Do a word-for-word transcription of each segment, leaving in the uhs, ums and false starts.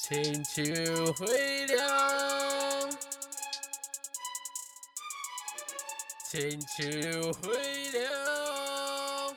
亲像回了，亲像回了。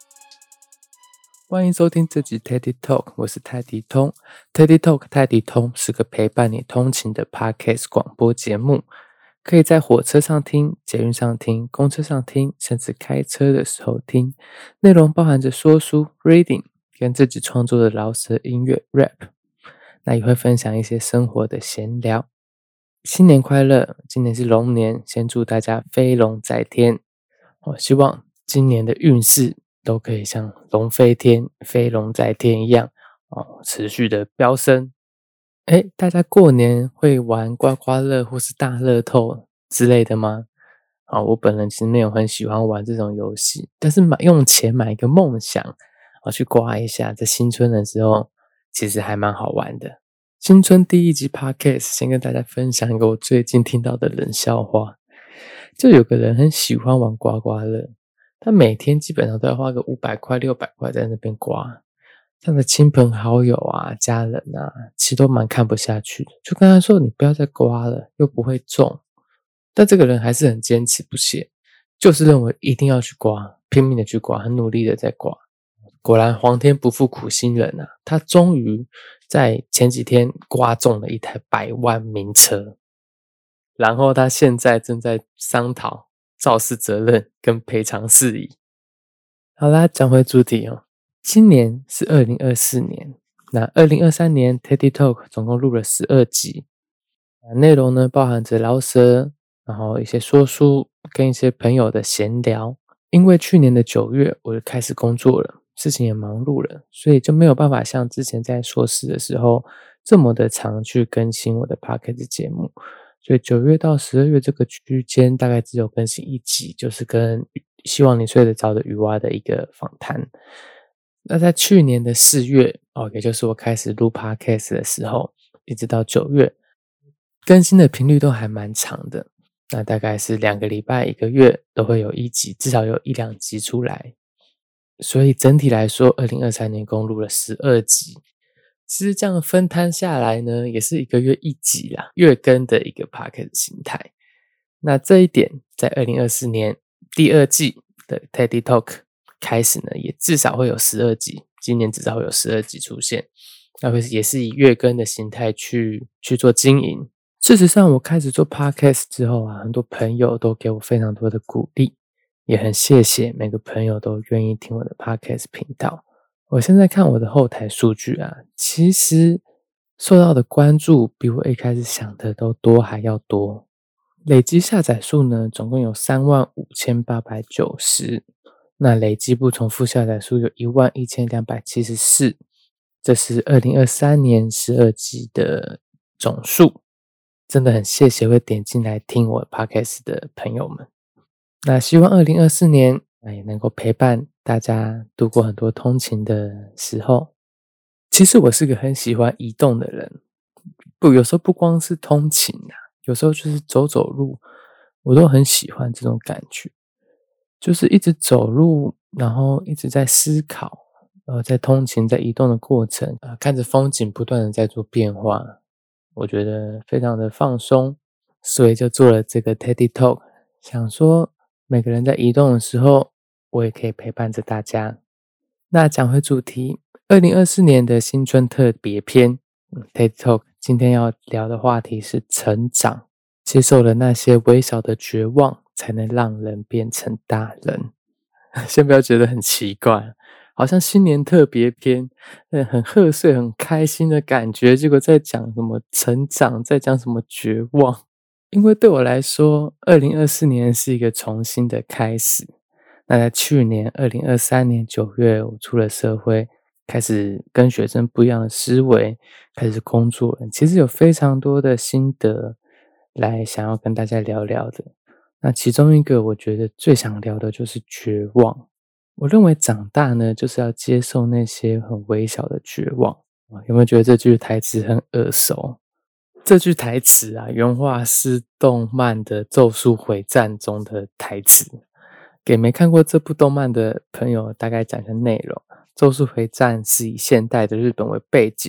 欢迎收听这集 Teddy Talk， 我是泰迪通。Teddy Talk 泰迪通是个陪伴你通勤的 Podcast 广播节目，可以在火车上听、捷运上听、公车上听，甚至开车的时候听。内容包含着说书 （reading） 跟自己创作的饶舌音乐 （rap），那也会分享一些生活的闲聊。新年快乐！今年是龙年，先祝大家飞龙在天。我希望今年的运势都可以像龙飞天、飞龙在天一样哦，持续的飙升。诶，大家过年会玩刮刮乐或是大乐透之类的吗？啊、我本人其实没有很喜欢玩这种游戏，但是买用钱买一个梦想，啊，去刮一下，在新春的时候其实还蛮好玩的。新春第一集 Podcast， 先跟大家分享一个我最近听到的冷笑话。就有个人很喜欢玩刮刮乐，他每天基本上都要花个五百块、六百块在那边刮。这样的亲朋好友啊、家人啊，其实都蛮看不下去的，就跟他说：“你不要再刮了，又不会中。”但这个人还是很坚持不懈，就是认为一定要去刮，拼命的去刮，很努力的在刮。果然皇天不负苦心人啊，他终于在前几天刮中了一台百万名车。然后他现在正在商讨肇事责任跟赔偿事宜。好啦，讲回主题哦。今年是二零二四年，那二零二三年 Teddy Talk 总共录了十二集，内容呢包含着饶舌，然后一些说书跟一些朋友的闲聊。因为去年的九月我就开始工作了，事情也忙碌了，所以就没有办法像之前在硕士的时候这么的常去更新我的 Podcast 节目。所以九月到十二月这个区间大概只有更新一集，就是跟希望你睡得着的雨蛙的一个访谈。那在去年的四月哦，也就是我开始录 Podcast 的时候，一直到九月，更新的频率都还蛮长的。那大概是两个礼拜、一个月都会有一集，至少有一两集出来。所以整体来说，二零二三年共录了十二集。其实这样分摊下来呢，也是一个月一集啦，月更的一个 podcast 形态。那这一点在二零二四年第二季的 Teddy Talk 开始呢，也至少会有十二集，今年至少会有十二集出现。那会也是以月更的形态去去做经营。事实上，我开始做 podcast 之后啊，很多朋友都给我非常多的鼓励，也很谢谢每个朋友都愿意听我的 podcast 频道。我现在看我的后台数据啊，其实受到的关注比我一开始想的都多还要多。累积下载数呢，总共有三万五千八百九十，那累积不重复下载数有一万一千两百七十四，这是二零二三年十二集的总数。真的很谢谢会点进来听我 podcast 的朋友们。那希望二零二四年也能够陪伴大家度过很多通勤的时候。其实我是个很喜欢移动的人，不，有时候不光是通勤啊，有时候就是走走路，我都很喜欢这种感觉。就是一直走路，然后一直在思考，呃，在通勤在移动的过程啊、呃，看着风景不断的在做变化，我觉得非常的放松，所以就做了这个 Teddy Talk， 想说每个人在移动的时候，我也可以陪伴着大家。那讲回主题，二零二四年的新春特别篇、嗯、Teddy Talk 今天要聊的话题是成长，接受了那些微小的绝望，才能让人变成大人。先不要觉得很奇怪，好像新年特别篇，呃，很贺岁、很开心的感觉，结果在讲什么成长，在讲什么绝望。因为对我来说，二零二四年是一个重新的开始。那在去年二零二三年九月，我出了社会，开始跟学生不一样的思维，开始工作了。其实有非常多的心得来想要跟大家聊聊的。那其中一个我觉得最想聊的就是绝望。我认为长大呢，就是要接受那些很微小的绝望。有没有觉得这句台词很耳熟？这句台词啊，原话是动漫的《咒术回战》中的台词。给没看过这部动漫的朋友大概讲一下内容。《咒术回战》是以现代的日本为背景，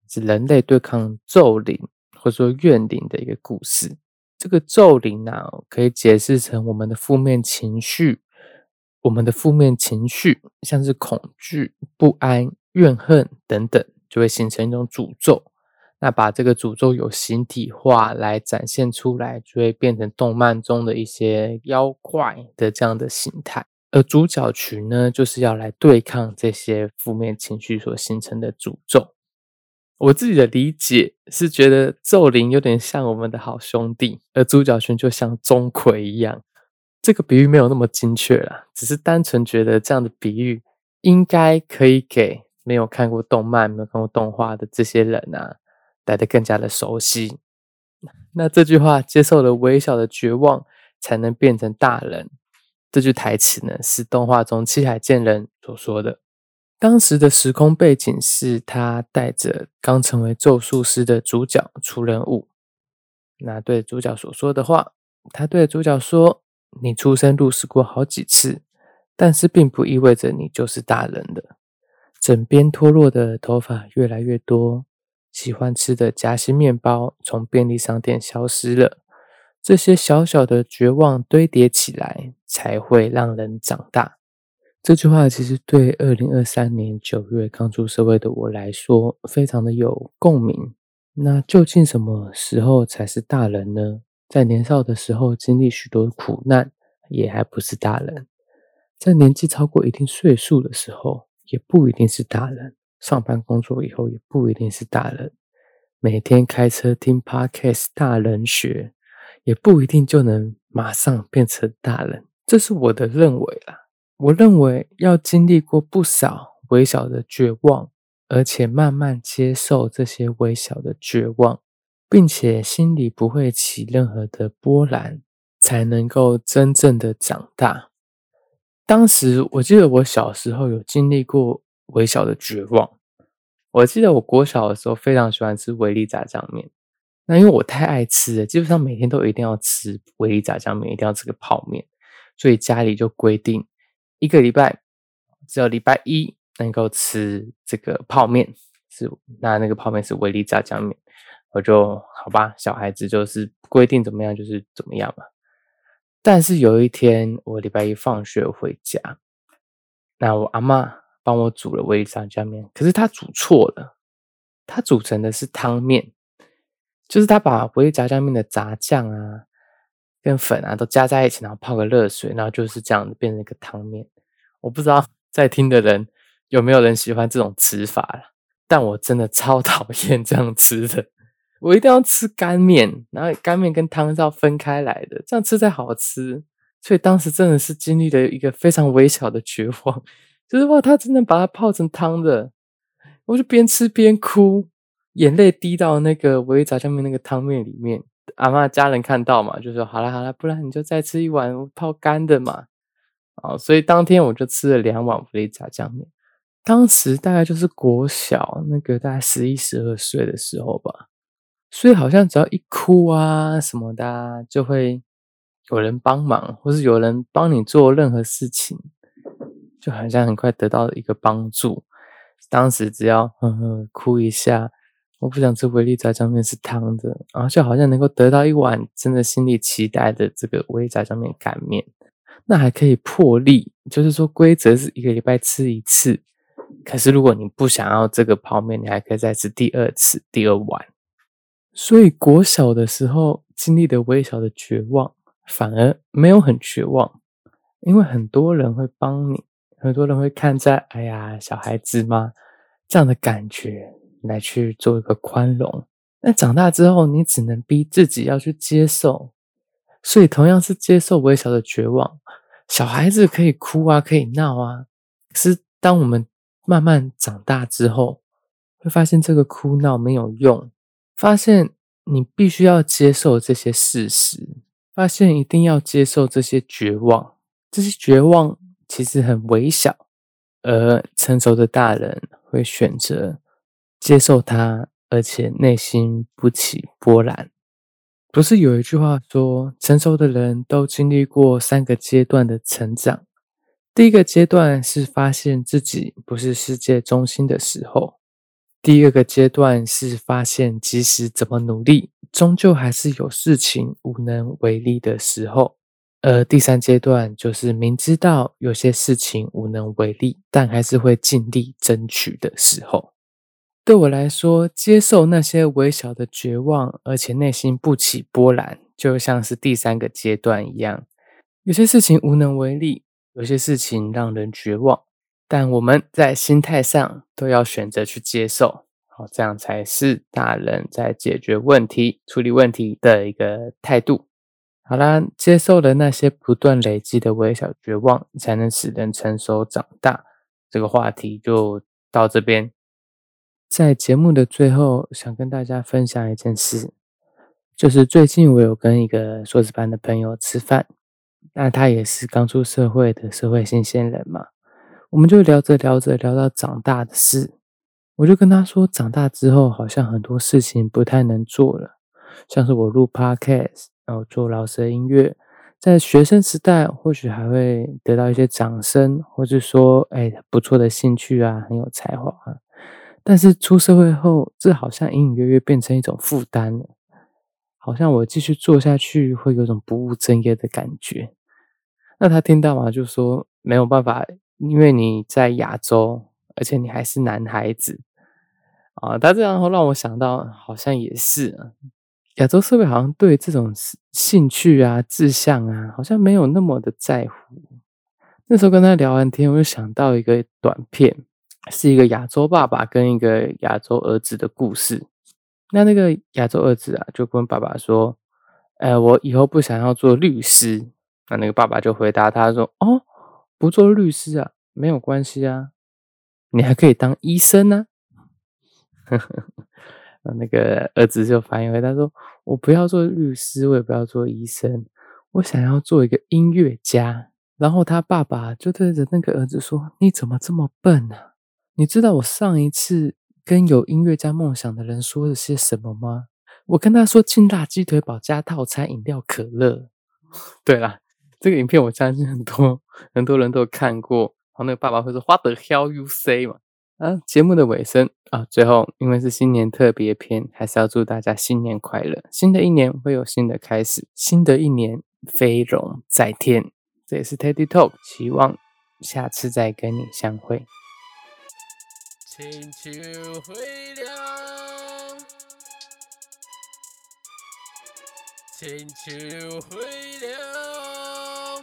是人类对抗咒灵或者说怨灵的一个故事。这个咒灵啊，可以解释成我们的负面情绪，我们的负面情绪像是恐惧、不安、怨恨等等，就会形成一种诅咒。那把这个诅咒有形体化来展现出来，就会变成动漫中的一些妖怪的这样的形态。而主角群呢，就是要来对抗这些负面情绪所形成的诅咒。我自己的理解是觉得咒灵有点像我们的好兄弟，而主角群就像钟馗一样。这个比喻没有那么精确啦，只是单纯觉得这样的比喻应该可以给没有看过动漫、没有看过动画的这些人啊，来得更加的熟悉。那这句话接受了微小的绝望，才能变成大人。这句台词呢，是动画中七海健人所说的。当时的时空背景是他带着刚成为咒术师的主角出任务。那对主角所说的话，他对主角说：你出生入死过好几次，但是并不意味着你就是大人了。枕边脱落的头发越来越多，喜欢吃的夹心面包从便利商店消失了。这些小小的绝望堆叠起来，才会让人长大。这句话其实对二零二三年九月刚出社会的我来说，非常的有共鸣。那究竟什么时候才是大人呢？在年少的时候经历许多苦难，也还不是大人。在年纪超过一定岁数的时候，也不一定是大人。上班工作以后，也不一定是大人。每天开车听 Podcast 大人学，也不一定就能马上变成大人。这是我的认为啦。我认为要经历过不少微小的绝望，而且慢慢接受这些微小的绝望，并且心里不会起任何的波澜，才能够真正的长大。当时我记得我小时候有经历过微小的绝望。我记得我国小的时候非常喜欢吃维力炸酱面，那因为我太爱吃了，基本上每天都一定要吃维力炸酱面，一定要吃个泡面，所以家里就规定一个礼拜只有礼拜一能够吃这个泡面，是那那个泡面是维力炸酱面。我就好吧，小孩子就是规定怎么样就是怎么样嘛。但是有一天我礼拜一放学回家，那我阿嬷帮我煮了维力炸酱面，可是她煮错了，她煮成的是汤面，就是她把维力炸酱面的炸酱啊跟粉啊都加在一起，然后泡个热水，然后就是这样变成一个汤面。我不知道在听的人有没有人喜欢这种吃法啦，但我真的超讨厌这样吃的。我一定要吃干面，然后干面跟汤是要分开来的，这样吃才好吃。所以当时真的是经历了一个非常微小的绝望，就是哇，他真的把它泡成汤的，我就边吃边哭，眼泪滴到那个维力炸酱面那个汤面里面。阿嬷家人看到嘛，就说好啦好啦，不然你就再吃一碗泡干的嘛。哦，所以当天我就吃了两碗维力炸酱面。当时大概就是国小那个大概十一、十二岁的时候吧。所以好像只要一哭啊什么的啊，就会有人帮忙，或是有人帮你做任何事情，就好像很快得到一个帮助。当时只要呵呵哭一下，我不想吃维力炸酱面是汤的，然后就好像能够得到一碗真的心里期待的这个维力炸酱面干面。那还可以破例，就是说规则是一个礼拜吃一次，可是如果你不想要这个泡面，你还可以再吃第二次、第二碗。所以国小的时候经历的微小的绝望，反而没有很绝望，因为很多人会帮你，很多人会看在哎呀小孩子嘛这样的感觉来去做一个宽容。但长大之后，你只能逼自己要去接受。所以同样是接受微小的绝望，小孩子可以哭啊，可以闹啊，可是当我们慢慢长大之后，会发现这个哭闹没有用。发现你必须要接受这些事实，发现一定要接受这些绝望，这些绝望其实很微小，而成熟的大人会选择接受它，而且内心不起波澜。不是有一句话说，成熟的人都经历过三个阶段的成长。第一个阶段是发现自己不是世界中心的时候， 第二个阶段是发现即使怎么努力，终究还是有事情无能为力的时候。而第三阶段就是明知道有些事情无能为力，但还是会尽力争取的时候。对我来说，接受那些微小的绝望，而且内心不起波澜，就像是第三个阶段一样。有些事情无能为力，有些事情让人绝望，但我们在心态上都要选择去接受，好，这样才是大人在解决问题、处理问题的一个态度。好啦，接受了那些不断累积的微小绝望，才能使人成熟长大。这个话题就到这边。在节目的最后，想跟大家分享一件事，就是最近我有跟一个硕士班的朋友吃饭，那他也是刚出社会的社会新鲜人嘛，我们就聊着聊着聊到长大的事，我就跟他说，长大之后好像很多事情不太能做了，像是我录 podcast， 然后做饶舌音乐，在学生时代或许还会得到一些掌声，或是说，哎，不错的兴趣啊，很有才华啊。但是出社会后，这好像隐隐约约变成一种负担了，好像我继续做下去会有种不务正业的感觉。那他听到嘛，就说没有办法，因为你在亚洲，而且你还是男孩子啊。他这样让我想到，好像也是啊，亚洲社会好像对这种兴趣啊、志向啊，好像没有那么的在乎。那时候跟他聊完天，我就想到一个短片，是一个亚洲爸爸跟一个亚洲儿子的故事。那那个亚洲儿子啊，就跟爸爸说：“呃，我以后不想要做律师。”那那个爸爸就回答他说：“哦，不做律师啊，没有关系啊，你还可以当医生啊。”那个儿子就反应回答说：“我不要做律师，我也不要做医生，我想要做一个音乐家。”然后他爸爸就对着那个儿子说：“你怎么这么笨啊？你知道我上一次跟有音乐家梦想的人说了些什么吗？我跟他说劲辣鸡腿堡加套餐饮料可乐。”对啦，这个影片我相信很多很多人都有看过。然后那个爸爸会说 What the hell you say 嘛？啊，节目的尾声啊，最后因为是新年特别篇，还是要祝大家新年快乐。新的一年会有新的开始，新的一年飞龙在天。这也是 Teddy Talk， 希望下次再跟你相会。 请求回亮，请求回亮。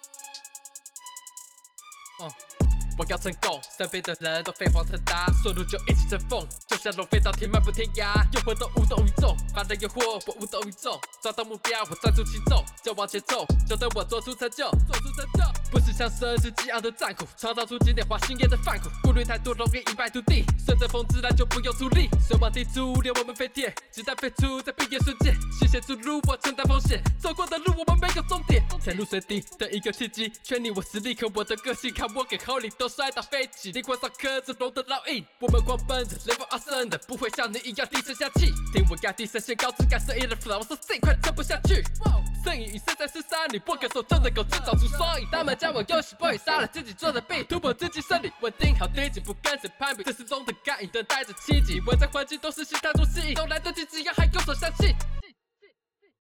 哦。我要成功，身边的人都飞黄腾达，收入就一起乘风，就像龙飞到天，漫步天涯。诱惑都无动于衷，凡人诱惑我无动于衷，找到目标我专注其中，就往前冲，就等我做出成就，做出成就。不是像生是激昂的战苦，创造出经典化新艳的饭苦，顾虑太多容易一败涂地，顺着风自然就不用出力，水往低处连我们飞天，子弹飞出在毕业瞬间，谢谢注入我承担风险，走过的路我们没有终点，潜入水底的一个契机，全你我实力，可我的个性看我给后里都摔到飞起，灵魂上刻着龙的烙印，我们狂奔着 level 二升的，不会像你一样低声下气，听我压低声线高质感声音的 flow， 我说这快撑不下去，剩余与身在厮杀里，握个手就能够制造出双赢，他们叫我游戏 boy， 杀了自己做的弊，突破自己胜利，稳定好低级，不跟谁攀比，这是龙的感应，等待着奇迹，我在环境都是心态中吸引，都来得及，只要还有所相信。